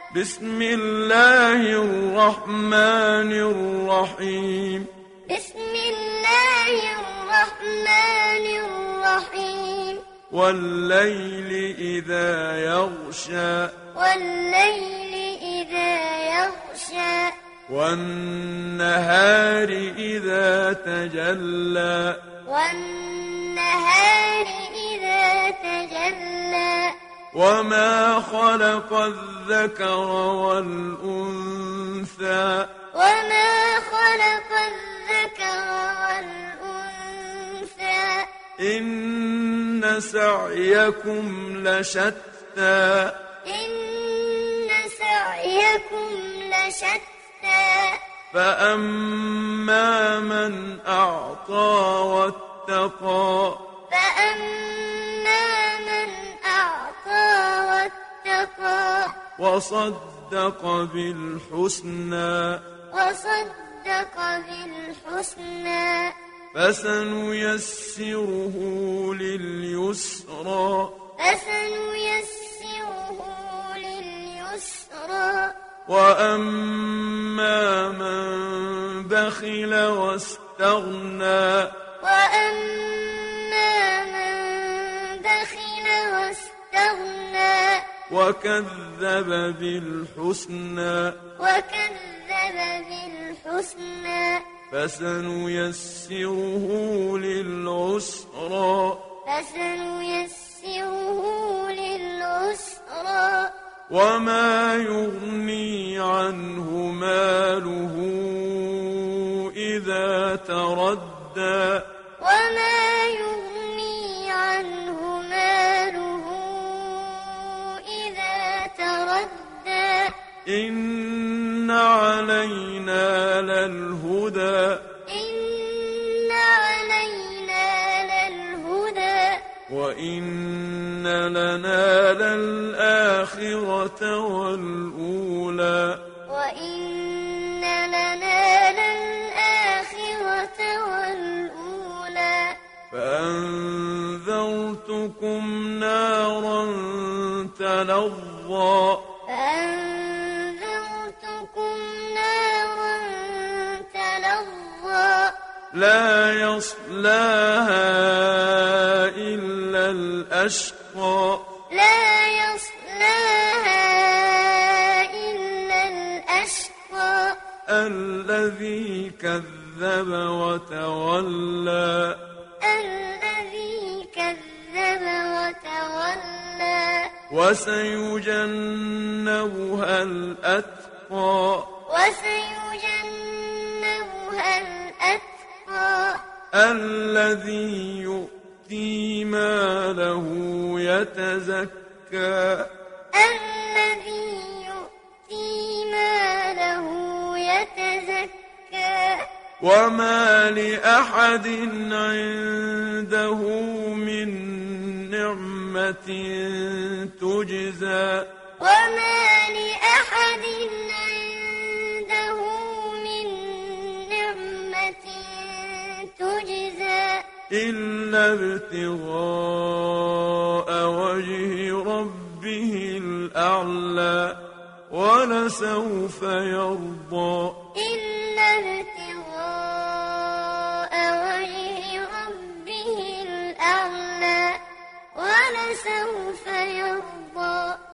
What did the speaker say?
بسم الله الرحمن الرحيم. بسم الله الرحمن الرحيم. والليل إذا يغشى. والليل إذا يغشى. والنهار إذا تجلى. والنهار إذا تجلى. وما خلق الذكر والأنثى. وما خلق الذكر والأنثى. إن سعيكم لشتى. إن سعيكم لشتى. فأما من أعطى واتقى. فأما من أعطى واتقى. وصدق بالحسنى. وصدق بالحسنى. فسنيسره لليسرى. فسنيسره لليسرى. وأما من بخل واستغنى. وأما من بخل واستغنى. وكذب بالحسنى. وكذب بالحسنى. فسنيسره للعسرى. فسنيسره للعسرى. وما يغني عنه ماله إذا تردى. وما يغني عنه ماله إذا تردى. إن علينا للهدى. إن علينا للهدى. وإن لنا للآخرة والأولى. وإن لنا للآخرة والأولى. فأنذرتكم نارا تلظى. فأنذرتكم نارا تلظى. لا يصلاها إلا الأشقى. لا يصلاها إلا الأشقى. الذي كذب وتولى. الذي كذب وتولى. وسيجنبها الأتقى. وسيجنبها الأتقى. الذي يؤتي ماله يتزكى. الذي يؤتي ماله يتزكى. وما لأحد عنده من نعمة تجزى. وما لأحد عنده من نعمة تجزى. إلا ابتغاء وجه ربه الأعلى. ولسوف يرضى. إلا ابتغاء وجه ربه الأعلى. ولسوف يرضى.